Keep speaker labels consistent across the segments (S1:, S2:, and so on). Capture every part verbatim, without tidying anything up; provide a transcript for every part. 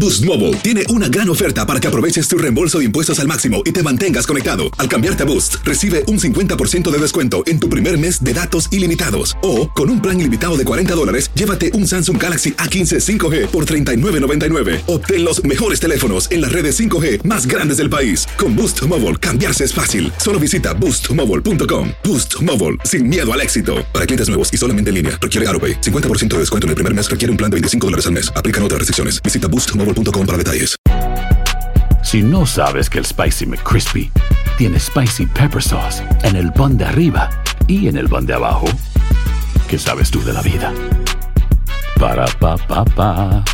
S1: Boost Mobile tiene una gran oferta para que aproveches tu reembolso de impuestos al máximo y te mantengas conectado. Al cambiarte a Boost, recibe un cincuenta por ciento de descuento en tu primer mes de datos ilimitados. O, con un plan ilimitado de cuarenta dólares, llévate un Samsung Galaxy A quince cinco G por treinta y nueve noventa y nueve. Obtén los mejores teléfonos en las redes cinco G más grandes del país. Con Boost Mobile, cambiarse es fácil. Solo visita boost mobile punto com. Boost Mobile, sin miedo al éxito. Para clientes nuevos y solamente en línea, requiere AutoPay. cincuenta por ciento de descuento en el primer mes requiere un plan de veinticinco dólares al mes. Aplican otras restricciones. Visita boost mobile punto com para detalles.
S2: Si no sabes que el Spicy McCrispy tiene Spicy Pepper Sauce en el pan de arriba y en el pan de abajo, ¿qué sabes tú de la vida? Para, pa, pa, pa.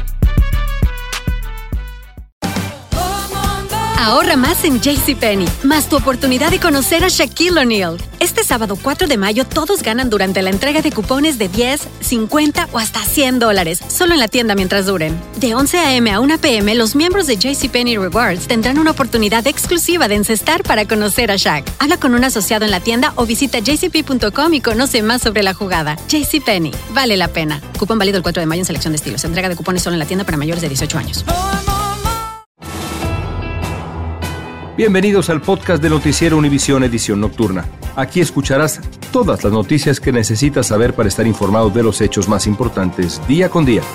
S3: Ahorra más en JCPenney, más tu oportunidad de conocer a Shaquille O'Neal. Este sábado cuatro de mayo todos ganan durante la entrega de cupones de diez, cincuenta o hasta cien dólares, solo en la tienda mientras duren. De once a eme a una pe eme, los miembros de JCPenney Rewards tendrán una oportunidad exclusiva de encestar para conocer a Shaq. Habla con un asociado en la tienda o visita j c p punto com y conoce más sobre la jugada. JCPenney, vale la pena. Cupón válido el cuatro de mayo en selección de estilos. Entrega de cupones solo en la tienda para mayores de dieciocho años.
S4: Bienvenidos al podcast de Noticiero Univisión Edición Nocturna. Aquí escucharás todas las noticias que necesitas saber para estar informado de los hechos más importantes día con día.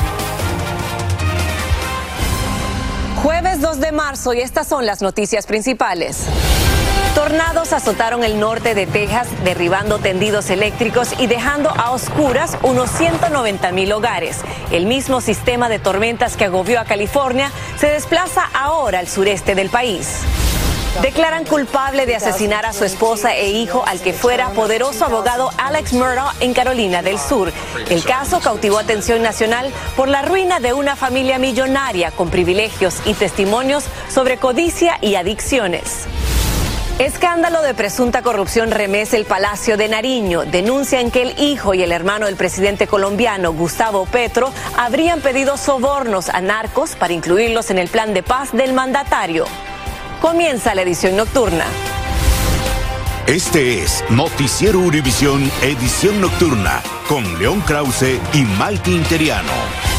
S5: Jueves dos de marzo y estas son las noticias principales. Tornados azotaron el norte de Texas, derribando tendidos eléctricos y dejando a oscuras unos ciento noventa mil hogares. El mismo sistema de tormentas que agobió a California se desplaza ahora al sureste del país. Declaran culpable de asesinar a su esposa e hijo al que fuera poderoso abogado Alex Murdaugh en Carolina del Sur. El caso cautivó atención nacional por la ruina de una familia millonaria con privilegios y testimonios sobre codicia y adicciones. Escándalo de presunta corrupción remece el Palacio de Nariño. Denuncian que el hijo y el hermano del presidente colombiano, Gustavo Petro, habrían pedido sobornos a narcos para incluirlos en el plan de paz del mandatario. Comienza la edición nocturna.
S6: Este es Noticiero Univisión Edición Nocturna con León Krause y Malky Interiano.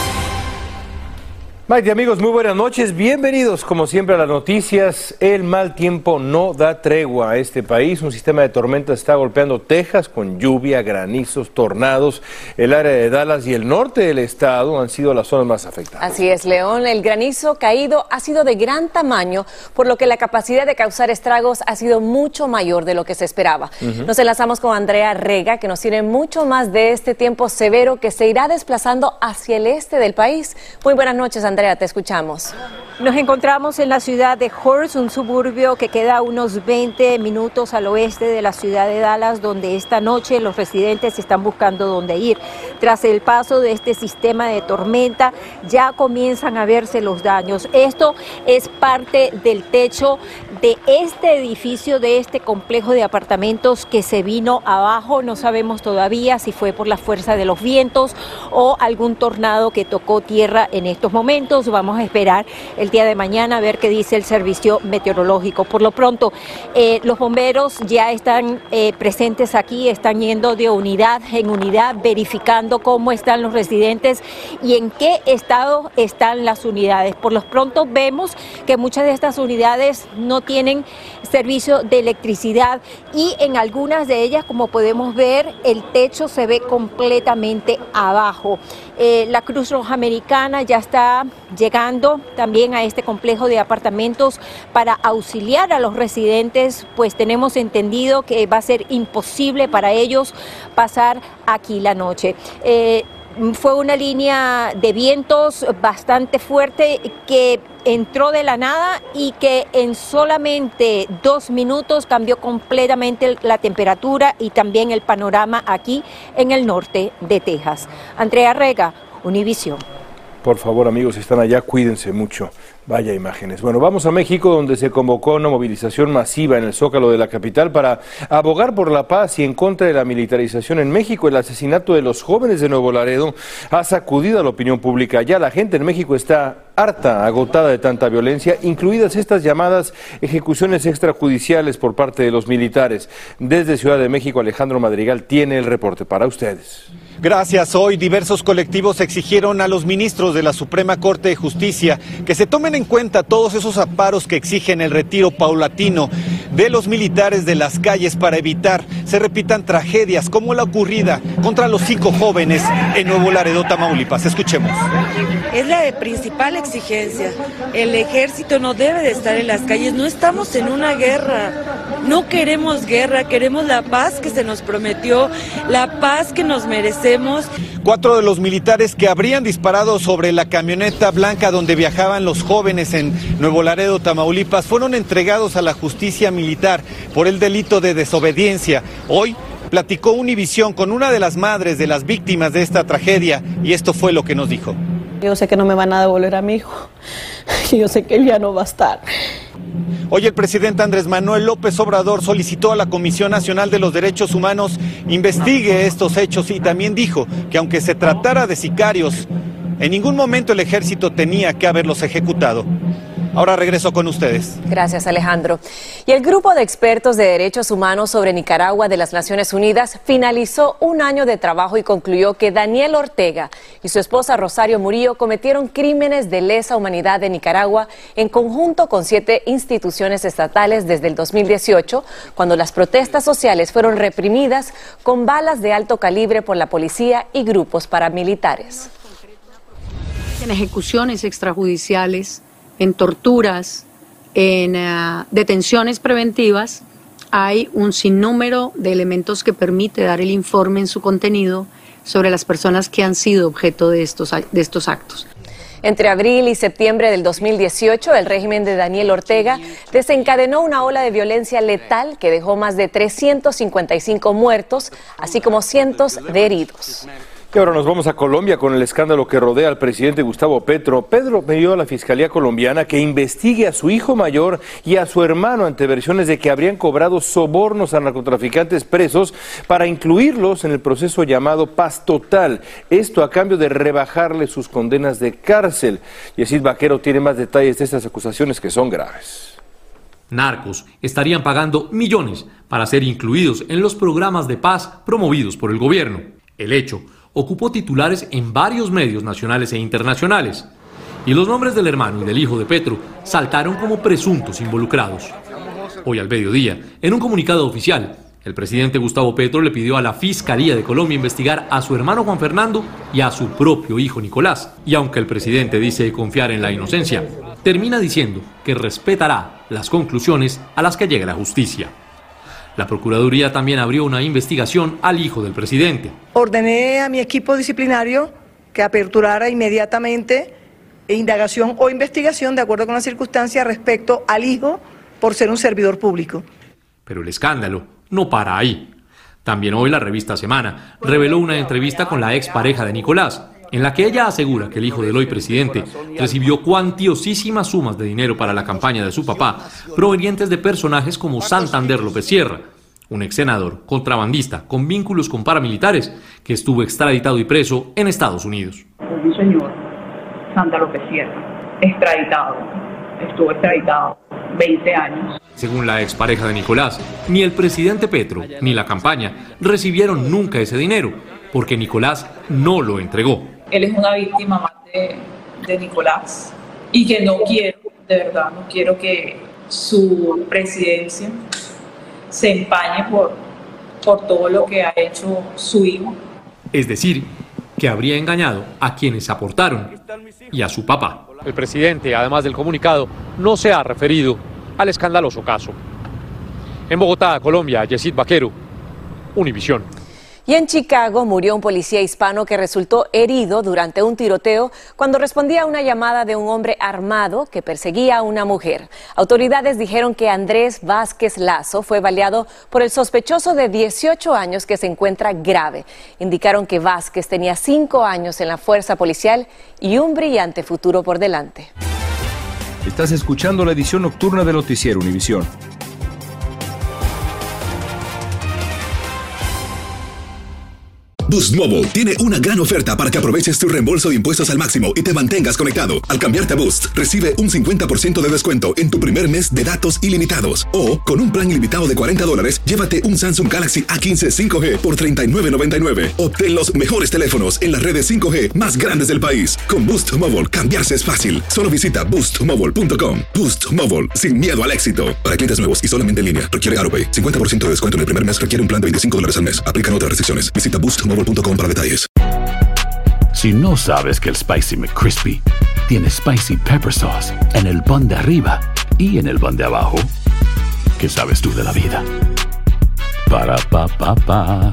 S4: Mike, amigos, muy buenas noches. Bienvenidos, como siempre, a las noticias. El mal tiempo no da tregua a este país. Un sistema de tormentas está golpeando Texas con lluvia, granizos, tornados. El área de Dallas y el norte del estado han sido las zonas más afectadas.
S5: Así es, León. El granizo caído ha sido de gran tamaño, por lo que la capacidad de causar estragos ha sido mucho mayor de lo que se esperaba. Uh-huh. Nos enlazamos con Andrea Rega, que nos tiene mucho más de este tiempo severo que se irá desplazando hacia el este del país. Muy buenas noches, Andrea. Andrea, te escuchamos.
S7: Nos encontramos en la ciudad de Horse, un suburbio que queda a unos veinte minutos al oeste de la ciudad de Dallas, donde esta noche los residentes están buscando dónde ir. Tras el paso de este sistema de tormenta, ya comienzan a verse los daños. Esto es parte del techo de este edificio, de este complejo de apartamentos que se vino abajo. No sabemos todavía si fue por la fuerza de los vientos o algún tornado que tocó tierra en estos momentos. Vamos a esperar el día de mañana a ver qué dice el servicio meteorológico. Por lo pronto, eh, los bomberos ya están eh, presentes aquí, están yendo de unidad en unidad, verificando cómo están los residentes y en qué estado están las unidades. Por lo pronto vemos que muchas de estas unidades no tienen servicio de electricidad y en algunas de ellas, como podemos ver, el techo se ve completamente abajo. Eh, la Cruz Roja Americana ya está llegando también a este complejo de apartamentos para auxiliar a los residentes, pues tenemos entendido que va a ser imposible para ellos pasar aquí la noche. Eh, fue una línea de vientos bastante fuerte que entró de la nada y que en solamente dos minutos cambió completamente la temperatura y también el panorama aquí en el norte de Texas. Andrea Rega, Univisión.
S4: Por favor, amigos, si están allá, cuídense mucho. Vaya imágenes. Bueno, vamos a México, donde se convocó una movilización masiva en el Zócalo de la capital para abogar por la paz y en contra de la militarización en México. El asesinato de los jóvenes de Nuevo Laredo ha sacudido a la opinión pública. Ya la gente en México está harta, agotada de tanta violencia, incluidas estas llamadas ejecuciones extrajudiciales por parte de los militares. Desde Ciudad de México, Alejandro Madrigal tiene el reporte para ustedes.
S8: Gracias. Hoy diversos colectivos exigieron a los ministros de la Suprema Corte de Justicia que se tomen en cuenta todos esos amparos que exigen el retiro paulatino de los militares de las calles para evitar se repitan tragedias como la ocurrida contra los cinco jóvenes en Nuevo Laredo, Tamaulipas. Escuchemos.
S9: Es la principal exigencia. El ejército no debe de estar en las calles. No estamos en una guerra. No queremos guerra. Queremos la paz que se nos prometió, la paz que nos merecemos.
S8: Cuatro de los militares que habrían disparado sobre la camioneta blanca donde viajaban los jóvenes en Nuevo Laredo, Tamaulipas, fueron entregados a la justicia militar por el delito de desobediencia. Hoy platicó Univisión con una de las madres de las víctimas de esta tragedia y esto fue lo que nos dijo.
S10: Yo sé que no me van a devolver a mi hijo, yo sé que él ya no va a estar.
S8: Hoy el presidente Andrés Manuel López Obrador solicitó a la Comisión Nacional de los Derechos Humanos investigue estos hechos y también dijo que aunque se tratara de sicarios, en ningún momento el ejército tenía que haberlos ejecutado. Ahora regreso con ustedes.
S5: Gracias, Alejandro. Y el Grupo de Expertos de Derechos Humanos sobre Nicaragua de las Naciones Unidas finalizó un año de trabajo y concluyó que Daniel Ortega y su esposa Rosario Murillo cometieron crímenes de lesa humanidad en Nicaragua en conjunto con siete instituciones estatales desde el dos mil dieciocho, cuando las protestas sociales fueron reprimidas con balas de alto calibre por la policía y grupos paramilitares.
S11: En ejecuciones extrajudiciales, en torturas, en uh, detenciones preventivas, hay un sinnúmero de elementos que permite dar el informe en su contenido sobre las personas que han sido objeto de estos, de estos actos.
S5: Entre abril y septiembre del dos mil dieciocho, el régimen de Daniel Ortega desencadenó una ola de violencia letal que dejó más de trescientos cincuenta y cinco muertos, así como cientos de heridos.
S4: Y ahora nos vamos a Colombia con el escándalo que rodea al presidente Gustavo Petro. Petro pidió a la Fiscalía colombiana que investigue a su hijo mayor y a su hermano ante versiones de que habrían cobrado sobornos a narcotraficantes presos para incluirlos en el proceso llamado Paz Total. Esto a cambio de rebajarle sus condenas de cárcel. Yesid Vaquero tiene más detalles de estas acusaciones que son graves.
S12: Narcos estarían pagando millones para ser incluidos en los programas de paz promovidos por el gobierno. El hecho ocupó titulares en varios medios nacionales e internacionales, y los nombres del hermano y del hijo de Petro saltaron como presuntos involucrados. Hoy al mediodía, en un comunicado oficial, el presidente Gustavo Petro le pidió a la Fiscalía de Colombia investigar a su hermano Juan Fernando y a su propio hijo Nicolás, y aunque el presidente dice confiar en la inocencia, termina diciendo que respetará las conclusiones a las que llegue la justicia. La Procuraduría también abrió una investigación al hijo del presidente.
S13: Ordené a mi equipo disciplinario que aperturara inmediatamente indagación o investigación de acuerdo con las circunstancias respecto al hijo por ser un servidor público.
S12: Pero el escándalo no para ahí. También hoy la revista Semana reveló una entrevista con la expareja de Nicolás, en la que ella asegura que el hijo del hoy presidente recibió cuantiosísimas sumas de dinero para la campaña de su papá, provenientes de personajes como Santander López Sierra, un ex senador contrabandista con vínculos con paramilitares que estuvo extraditado y preso en Estados Unidos.
S14: Un señor, Santa López Sierra, extraditado, estuvo extraditado veinte años.
S12: Según la expareja de Nicolás, ni el presidente Petro ni la campaña recibieron nunca ese dinero, porque Nicolás no lo entregó.
S14: Él es una víctima más de, de Nicolás y que no quiero, de verdad, no quiero que su presidencia se empañe por, por todo lo que ha hecho su hijo.
S12: Es decir, que habría engañado a quienes aportaron y a su papá.
S15: El presidente, además del comunicado, no se ha referido al escandaloso caso. En Bogotá, Colombia, Yesid Vaquero, Univisión.
S5: Y en Chicago murió un policía hispano que resultó herido durante un tiroteo cuando respondía a una llamada de un hombre armado que perseguía a una mujer. Autoridades dijeron que Andrés Vázquez Lazo fue baleado por el sospechoso de dieciocho años que se encuentra grave. Indicaron que Vázquez tenía cinco años en la fuerza policial y un brillante futuro por delante.
S16: Estás escuchando la edición nocturna de Noticiero Univisión.
S1: Boost Mobile tiene una gran oferta para que aproveches tu reembolso de impuestos al máximo y te mantengas conectado. Al cambiarte a Boost, recibe un cincuenta por ciento de descuento en tu primer mes de datos ilimitados. O, con un plan ilimitado de cuarenta dólares, llévate un Samsung Galaxy A quince cinco G por treinta y nueve noventa y nueve. Obtén los mejores teléfonos en las redes cinco G más grandes del país. Con Boost Mobile, cambiarse es fácil. Solo visita boost mobile punto com. Boost Mobile, sin miedo al éxito. Para clientes nuevos y solamente en línea, requiere AutoPay. cincuenta por ciento de descuento en el primer mes requiere un plan de veinticinco dólares al mes. Aplican otras restricciones. Visita boost mobile punto com para detalles.
S2: Si no sabes que el Spicy McCrispy tiene Spicy Pepper Sauce en el pan de arriba y en el pan de abajo, ¿qué sabes tú de la vida? Para, pa, pa, pa.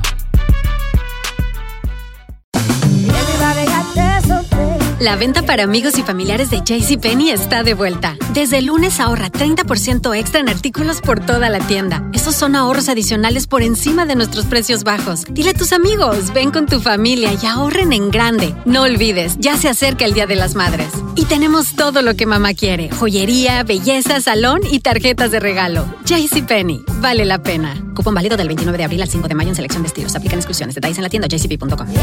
S3: La venta para amigos y familiares de JCPenney está de vuelta. Desde el lunes ahorra treinta por ciento extra en artículos por toda la tienda. Esos son ahorros adicionales por encima de nuestros precios bajos. Dile a tus amigos, ven con tu familia y ahorren en grande. No olvides, ya se acerca el Día de las Madres. Y tenemos todo lo que mamá quiere. Joyería, belleza, salón y tarjetas de regalo. JCPenney, vale la pena. Cupón válido del veintinueve de abril al cinco de mayo en selección de estilos. Aplican exclusiones. Detalles en la tienda j c p punto com.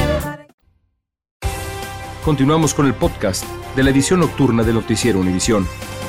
S16: Continuamos con el podcast de la edición nocturna del Noticiero Univisión.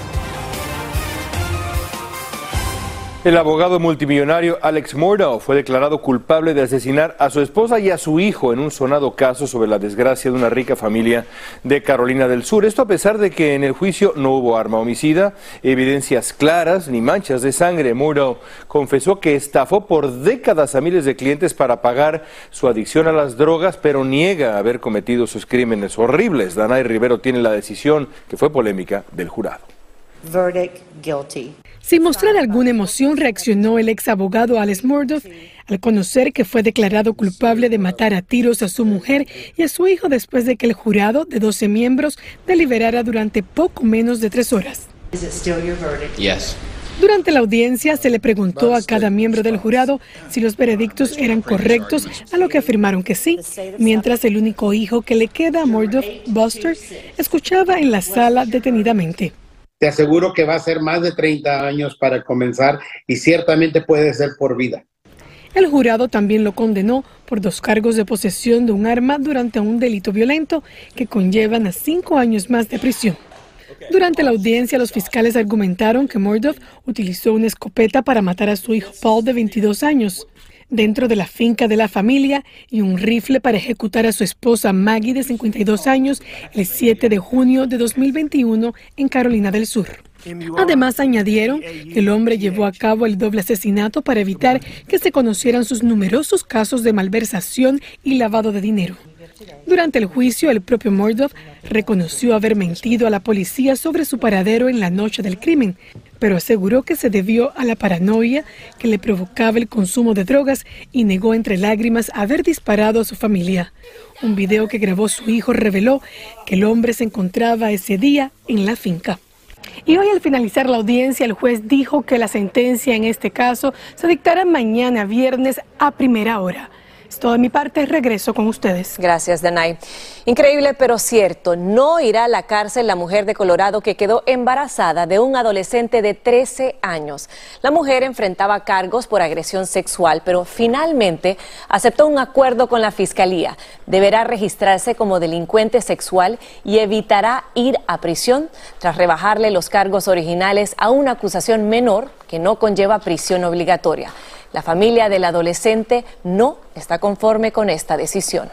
S4: El abogado multimillonario Alex Murdaugh fue declarado culpable de asesinar a su esposa y a su hijo en un sonado caso sobre la desgracia de una rica familia de Carolina del Sur. Esto a pesar de que en el juicio no hubo arma homicida, evidencias claras ni manchas de sangre. Murdaugh confesó que estafó por décadas a miles de clientes para pagar su adicción a las drogas, pero niega haber cometido sus crímenes horribles. Danay Rivero tiene la decisión, que fue polémica, del jurado.
S17: Verdict guilty.
S18: Sin mostrar alguna emoción, reaccionó el ex abogado Alex Murdaugh al conocer que fue declarado culpable de matar a tiros a su mujer y a su hijo después de que el jurado de doce miembros deliberara durante poco menos de tres horas.
S17: Is it still your verdict?
S19: Yes.
S18: Durante la audiencia se le preguntó a cada miembro del jurado si los veredictos eran correctos, a lo que afirmaron que sí, mientras el único hijo que le queda a Murdaugh, Buster, escuchaba en la sala detenidamente.
S20: Te aseguro que va a ser más de treinta años para comenzar y ciertamente puede ser por vida.
S18: El jurado también lo condenó por dos cargos de posesión de un arma durante un delito violento que conllevan a cinco años más de prisión. Durante la audiencia, los fiscales argumentaron que Murdaugh utilizó una escopeta para matar a su hijo Paul de veintidós años dentro de la finca de la familia y un rifle para ejecutar a su esposa Maggie de cincuenta y dos años el siete de junio de dos mil veintiuno en Carolina del Sur. Además, añadieron que el hombre llevó a cabo el doble asesinato para evitar que se conocieran sus numerosos casos de malversación y lavado de dinero. Durante el juicio, el propio Murdaugh reconoció haber mentido a la policía sobre su paradero en la noche del crimen, pero aseguró que se debió a la paranoia que le provocaba el consumo de drogas y negó entre lágrimas haber disparado a su familia. Un video que grabó su hijo reveló que el hombre se encontraba ese día en la finca. Y hoy, al finalizar la audiencia, el juez dijo que la sentencia en este caso se dictará mañana viernes a primera hora. Es todo de mi parte, regreso con ustedes.
S5: Gracias, Danay. Increíble pero cierto, no irá a la cárcel la mujer de Colorado que quedó embarazada de un adolescente de trece años. La mujer enfrentaba cargos por agresión sexual, pero finalmente aceptó un acuerdo con la fiscalía. Deberá registrarse como delincuente sexual y evitará ir a prisión tras rebajarle los cargos originales a una acusación menor que no conlleva prisión obligatoria. La familia del adolescente no está conforme con esta decisión.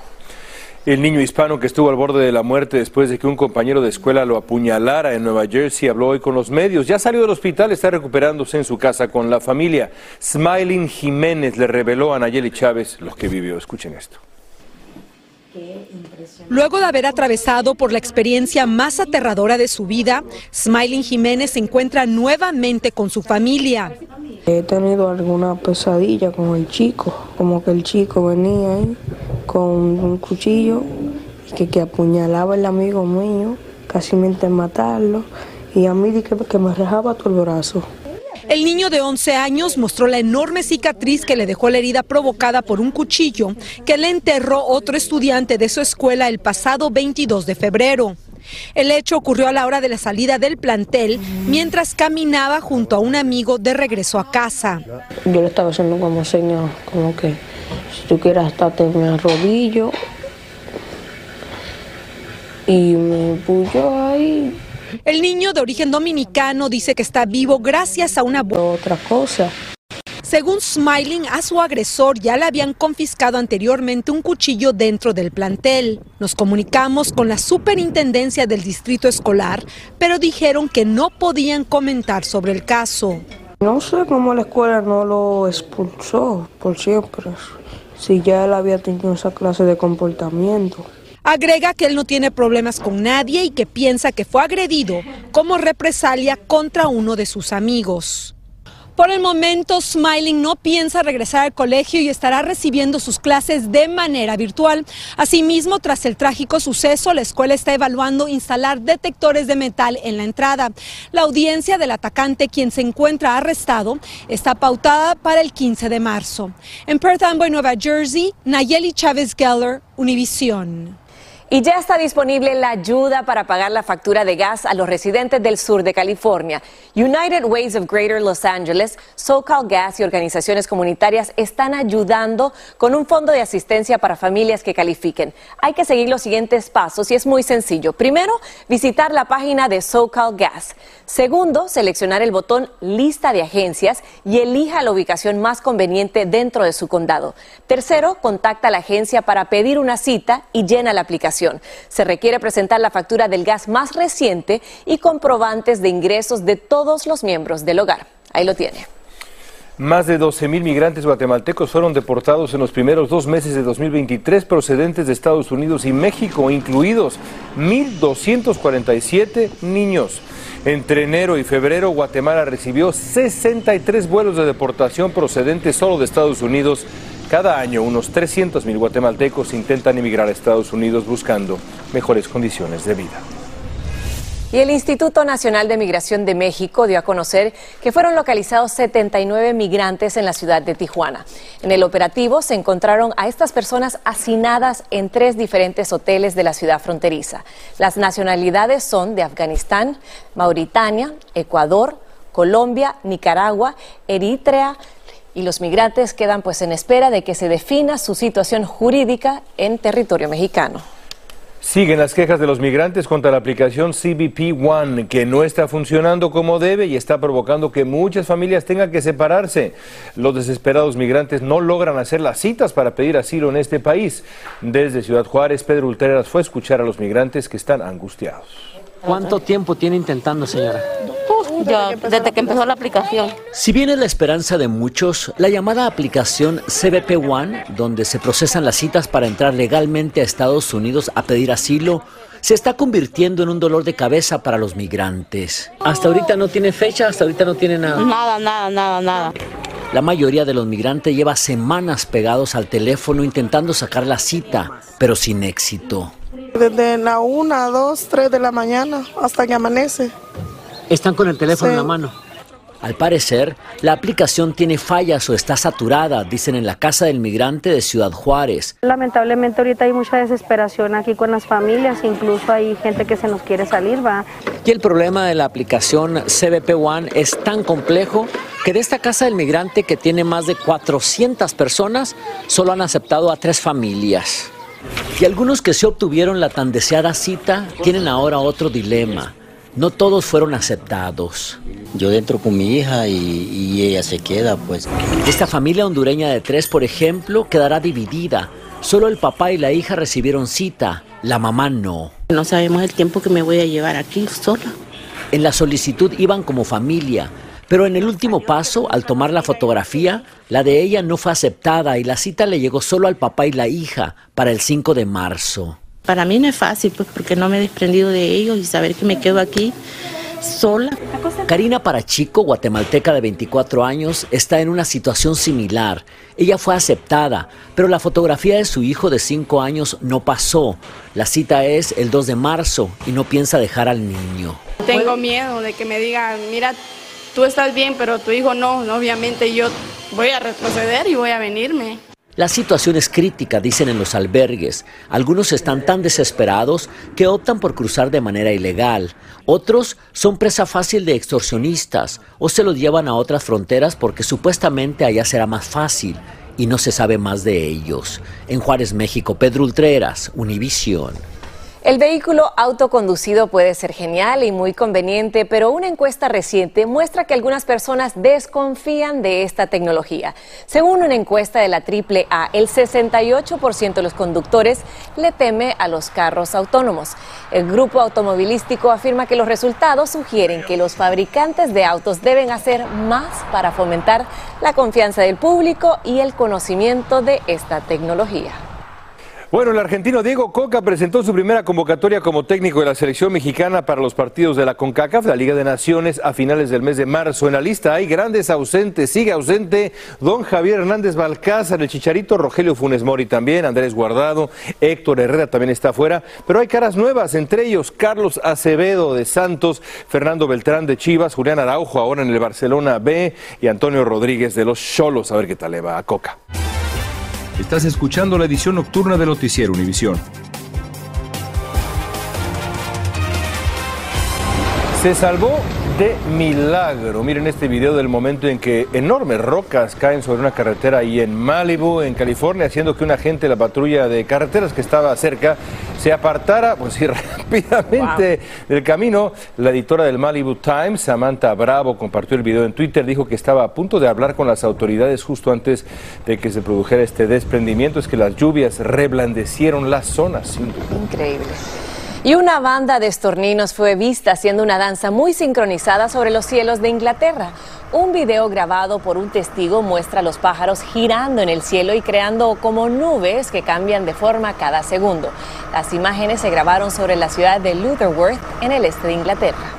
S4: El niño hispano que estuvo al borde de la muerte después de que un compañero de escuela lo apuñalara en Nueva Jersey habló hoy con los medios. Ya salió del hospital, está recuperándose en su casa con la familia. Smiling Jiménez le reveló a Nayeli Chávez lo que vivió. Escuchen esto.
S21: Luego de haber atravesado por la experiencia más aterradora de su vida, Smiling Jiménez se encuentra nuevamente con su familia.
S22: He tenido alguna pesadilla con el chico, como que el chico venía ahí con un cuchillo que, que apuñalaba al amigo mío, casi miente matarlo, y a mí que, que me rajaba todo el brazo.
S21: El niño de once años mostró la enorme cicatriz que le dejó la herida provocada por un cuchillo que le enterró otro estudiante de su escuela el pasado veintidós de febrero. El hecho ocurrió a la hora de la salida del plantel mientras caminaba junto a un amigo de regreso a casa.
S22: Yo le estaba haciendo como señas, como que si tú quieres estate en el rodillo. Y me puso ahí.
S21: El niño de origen dominicano dice que está vivo gracias a una
S22: otra cosa.
S21: Según Smiling, a su agresor ya le habían confiscado anteriormente un cuchillo dentro del plantel. Nos comunicamos con la superintendencia del distrito escolar, pero dijeron que no podían comentar sobre el caso.
S22: No sé cómo la escuela no lo expulsó por siempre, si ya él había tenido esa clase de comportamiento.
S21: Agrega que él no tiene problemas con nadie y que piensa que fue agredido como represalia contra uno de sus amigos. Por el momento, Smiling no piensa regresar al colegio y estará recibiendo sus clases de manera virtual. Asimismo, tras el trágico suceso, la escuela está evaluando instalar detectores de metal en la entrada. La audiencia del atacante, quien se encuentra arrestado, está pautada para el quince de marzo. En Perth Amboy, Nueva Jersey, Nayeli Chávez Geller, Univisión.
S5: Y ya está disponible la ayuda para pagar la factura de gas a los residentes del sur de California. United Ways of Greater Los Angeles, SoCal Gas y organizaciones comunitarias están ayudando con un fondo de asistencia para familias que califiquen. Hay que seguir los siguientes pasos y es muy sencillo. Primero, visitar la página de SoCal Gas. Segundo, seleccionar el botón Lista de agencias y elija la ubicación más conveniente dentro de su condado. Tercero, contacta a la agencia para pedir una cita y llena la aplicación. Se requiere presentar la factura del gas más reciente y comprobantes de ingresos de todos los miembros del hogar. Ahí lo tiene.
S4: Más de doce mil migrantes guatemaltecos fueron deportados en los primeros dos meses de dos mil veintitrés procedentes de Estados Unidos y México, incluidos mil doscientos cuarenta y siete niños. Entre enero y febrero, Guatemala recibió sesenta y tres vuelos de deportación procedentes solo de Estados Unidos. Cada año, unos trescientos mil guatemaltecos intentan emigrar a Estados Unidos buscando mejores condiciones de vida.
S5: Y el Instituto Nacional de Migración de México dio a conocer que fueron localizados setenta y nueve migrantes en la ciudad de Tijuana. En el operativo se encontraron a estas personas hacinadas en tres diferentes hoteles de la ciudad fronteriza. Las nacionalidades son de Afganistán, Mauritania, Ecuador, Colombia, Nicaragua, Eritrea, y los migrantes quedan pues en espera de que se defina su situación jurídica en territorio mexicano.
S4: Siguen las quejas de los migrantes contra la aplicación C B P One, que no está funcionando como debe y está provocando que muchas familias tengan que separarse. Los desesperados migrantes no logran hacer las citas para pedir asilo en este país. Desde Ciudad Juárez, Pedro Ultreras fue a escuchar a los migrantes que están angustiados.
S6: ¿Cuánto tiempo tiene intentando, señora?
S19: Yo, desde que empezó la aplicación.
S23: Si bien es la esperanza de muchos, la llamada aplicación C B P One, donde se procesan las citas para entrar legalmente a Estados Unidos a pedir asilo, se está convirtiendo en un dolor de cabeza para los migrantes.
S6: Hasta ahorita no tiene fecha, hasta ahorita no tiene nada.
S19: Nada, nada, nada, nada.
S23: La mayoría de los migrantes lleva semanas pegados al teléfono intentando sacar la cita, pero sin éxito.
S24: Desde la una, dos, tres de la mañana hasta que amanece.
S6: ¿Están con el teléfono
S24: sí.
S6: en la mano?
S23: Al parecer, la aplicación tiene fallas o está saturada, dicen en la Casa del Migrante de Ciudad Juárez.
S25: Lamentablemente ahorita hay mucha desesperación aquí con las familias, incluso hay gente que se nos quiere salir, va.
S23: Y el problema de la aplicación C B P One es tan complejo que de esta Casa del Migrante, que tiene más de cuatrocientas personas, solo han aceptado a tres familias. Y algunos que se obtuvieron la tan deseada cita tienen ahora otro dilema. No todos fueron aceptados.
S26: Yo entro con mi hija y, y ella se queda, pues.
S23: Esta familia hondureña de tres, por ejemplo, quedará dividida. Solo el papá y la hija recibieron cita, la mamá no.
S19: No sabemos el tiempo que me voy a llevar aquí sola.
S23: En la solicitud iban como familia, pero en el último paso, al tomar la fotografía, la de ella no fue aceptada y la cita le llegó solo al papá y la hija para el cinco de marzo.
S19: Para mí no es fácil, pues, porque no me he desprendido de ellos y saber que me quedo aquí sola.
S23: Karina Parachico, guatemalteca de veinticuatro años, está en una situación similar. Ella fue aceptada, pero la fotografía de su hijo de cinco años no pasó. La cita es el dos de marzo y no piensa dejar al niño.
S27: Tengo miedo de que me digan, mira, tú estás bien, pero tu hijo no. Obviamente yo voy a retroceder y voy a venirme.
S23: La situación es crítica, dicen en los albergues. Algunos están tan desesperados que optan por cruzar de manera ilegal. Otros son presa fácil de extorsionistas o se los llevan a otras fronteras porque supuestamente allá será más fácil. y no se sabe más de ellos. En Juárez, México, Pedro Ultreras, Univisión.
S5: El vehículo autoconducido puede ser genial y muy conveniente, pero una encuesta reciente muestra que algunas personas desconfían de esta tecnología. Según una encuesta de la triple A, el sesenta y ocho por ciento de los conductores le teme a los carros autónomos. El grupo automovilístico afirma que los resultados sugieren que los fabricantes de autos deben hacer más para fomentar la confianza del público y el conocimiento de esta tecnología.
S4: Bueno, el argentino Diego Coca presentó su primera convocatoria como técnico de la selección mexicana para los partidos de la CONCACAF, la Liga de Naciones, a finales del mes de marzo. En la lista hay grandes ausentes, sigue ausente don Javier Hernández Balcázar, el Chicharito, Rogelio Funes Mori también, Andrés Guardado, Héctor Herrera también está afuera, pero hay caras nuevas, entre ellos Carlos Acevedo de Santos, Fernando Beltrán de Chivas, Julián Araujo ahora en el Barcelona B y Antonio Rodríguez de los Xolos. A ver qué tal le va a Coca.
S16: Estás escuchando la edición nocturna de Noticiero Univisión.
S4: Se salvó de milagro. Miren este video del momento en que enormes rocas caen sobre una carretera ahí en Malibu, en California, haciendo que un agente de la patrulla de carreteras que estaba cerca se apartara, pues sí, rápidamente wow. del camino. La editora del Malibu Times, Samantha Bravo, compartió el video en Twitter, dijo que estaba a punto de hablar con las autoridades justo antes de que se produjera este desprendimiento. Es que las lluvias reblandecieron las zonas, sin duda.
S5: Increíble. Y una banda de estorninos fue vista haciendo una danza muy sincronizada sobre los cielos de Inglaterra. Un video grabado por un testigo muestra a los pájaros girando en el cielo y creando como nubes que cambian de forma cada segundo. Las imágenes se grabaron sobre la ciudad de Lutterworth, en el este de Inglaterra.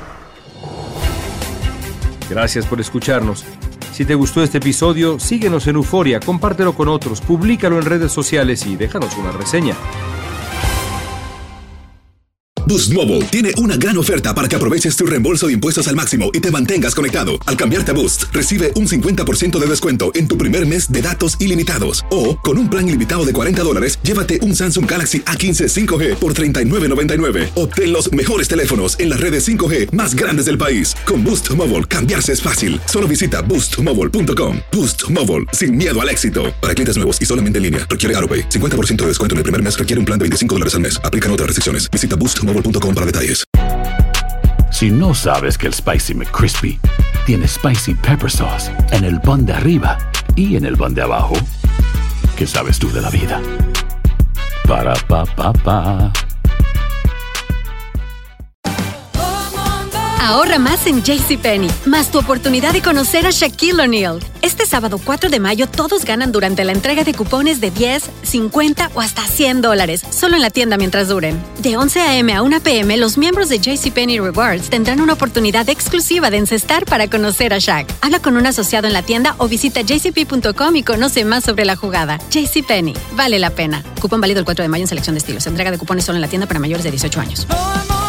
S16: Gracias por escucharnos. Si te gustó este episodio, síguenos en Euforia, compártelo con otros, públicalo en redes sociales y déjanos una reseña.
S1: Boost Mobile tiene una gran oferta para que aproveches tu reembolso de impuestos al máximo y te mantengas conectado. Al cambiarte a Boost, recibe un cincuenta por ciento de descuento en tu primer mes de datos ilimitados. O, con un plan ilimitado de cuarenta dólares, llévate un Samsung Galaxy A quince cinco G por treinta y nueve noventa y nueve. Obtén los mejores teléfonos en las redes cinco G más grandes del país. Con Boost Mobile, cambiarse es fácil. Solo visita boost mobile punto com. Boost Mobile, sin miedo al éxito. Para clientes nuevos y solamente en línea, requiere AutoPay. cincuenta por ciento de descuento en el primer mes requiere un plan de veinticinco dólares al mes. Aplican otras restricciones. Visita boost mobile punto com para detalles.
S2: Si no sabes que el Spicy McCrispy tiene Spicy Pepper Sauce en el pan de arriba y en el pan de abajo, ¿qué sabes tú de la vida? Para, pa, pa, pa.
S3: Ahorra más en JCPenney, más tu oportunidad de conocer a Shaquille O'Neal. Este sábado cuatro de mayo todos ganan durante la entrega de cupones de diez, cincuenta o hasta cien dólares, solo en la tienda mientras duren. De once a eme a una pe eme, los miembros de JCPenney Rewards tendrán una oportunidad exclusiva de encestar para conocer a Shaq. Habla con un asociado en la tienda o visita j c p punto com y conoce más sobre la jugada. JCPenney, vale la pena. Cupón válido el cuatro de mayo en selección de estilos. Entrega de cupones solo en la tienda para mayores de dieciocho años.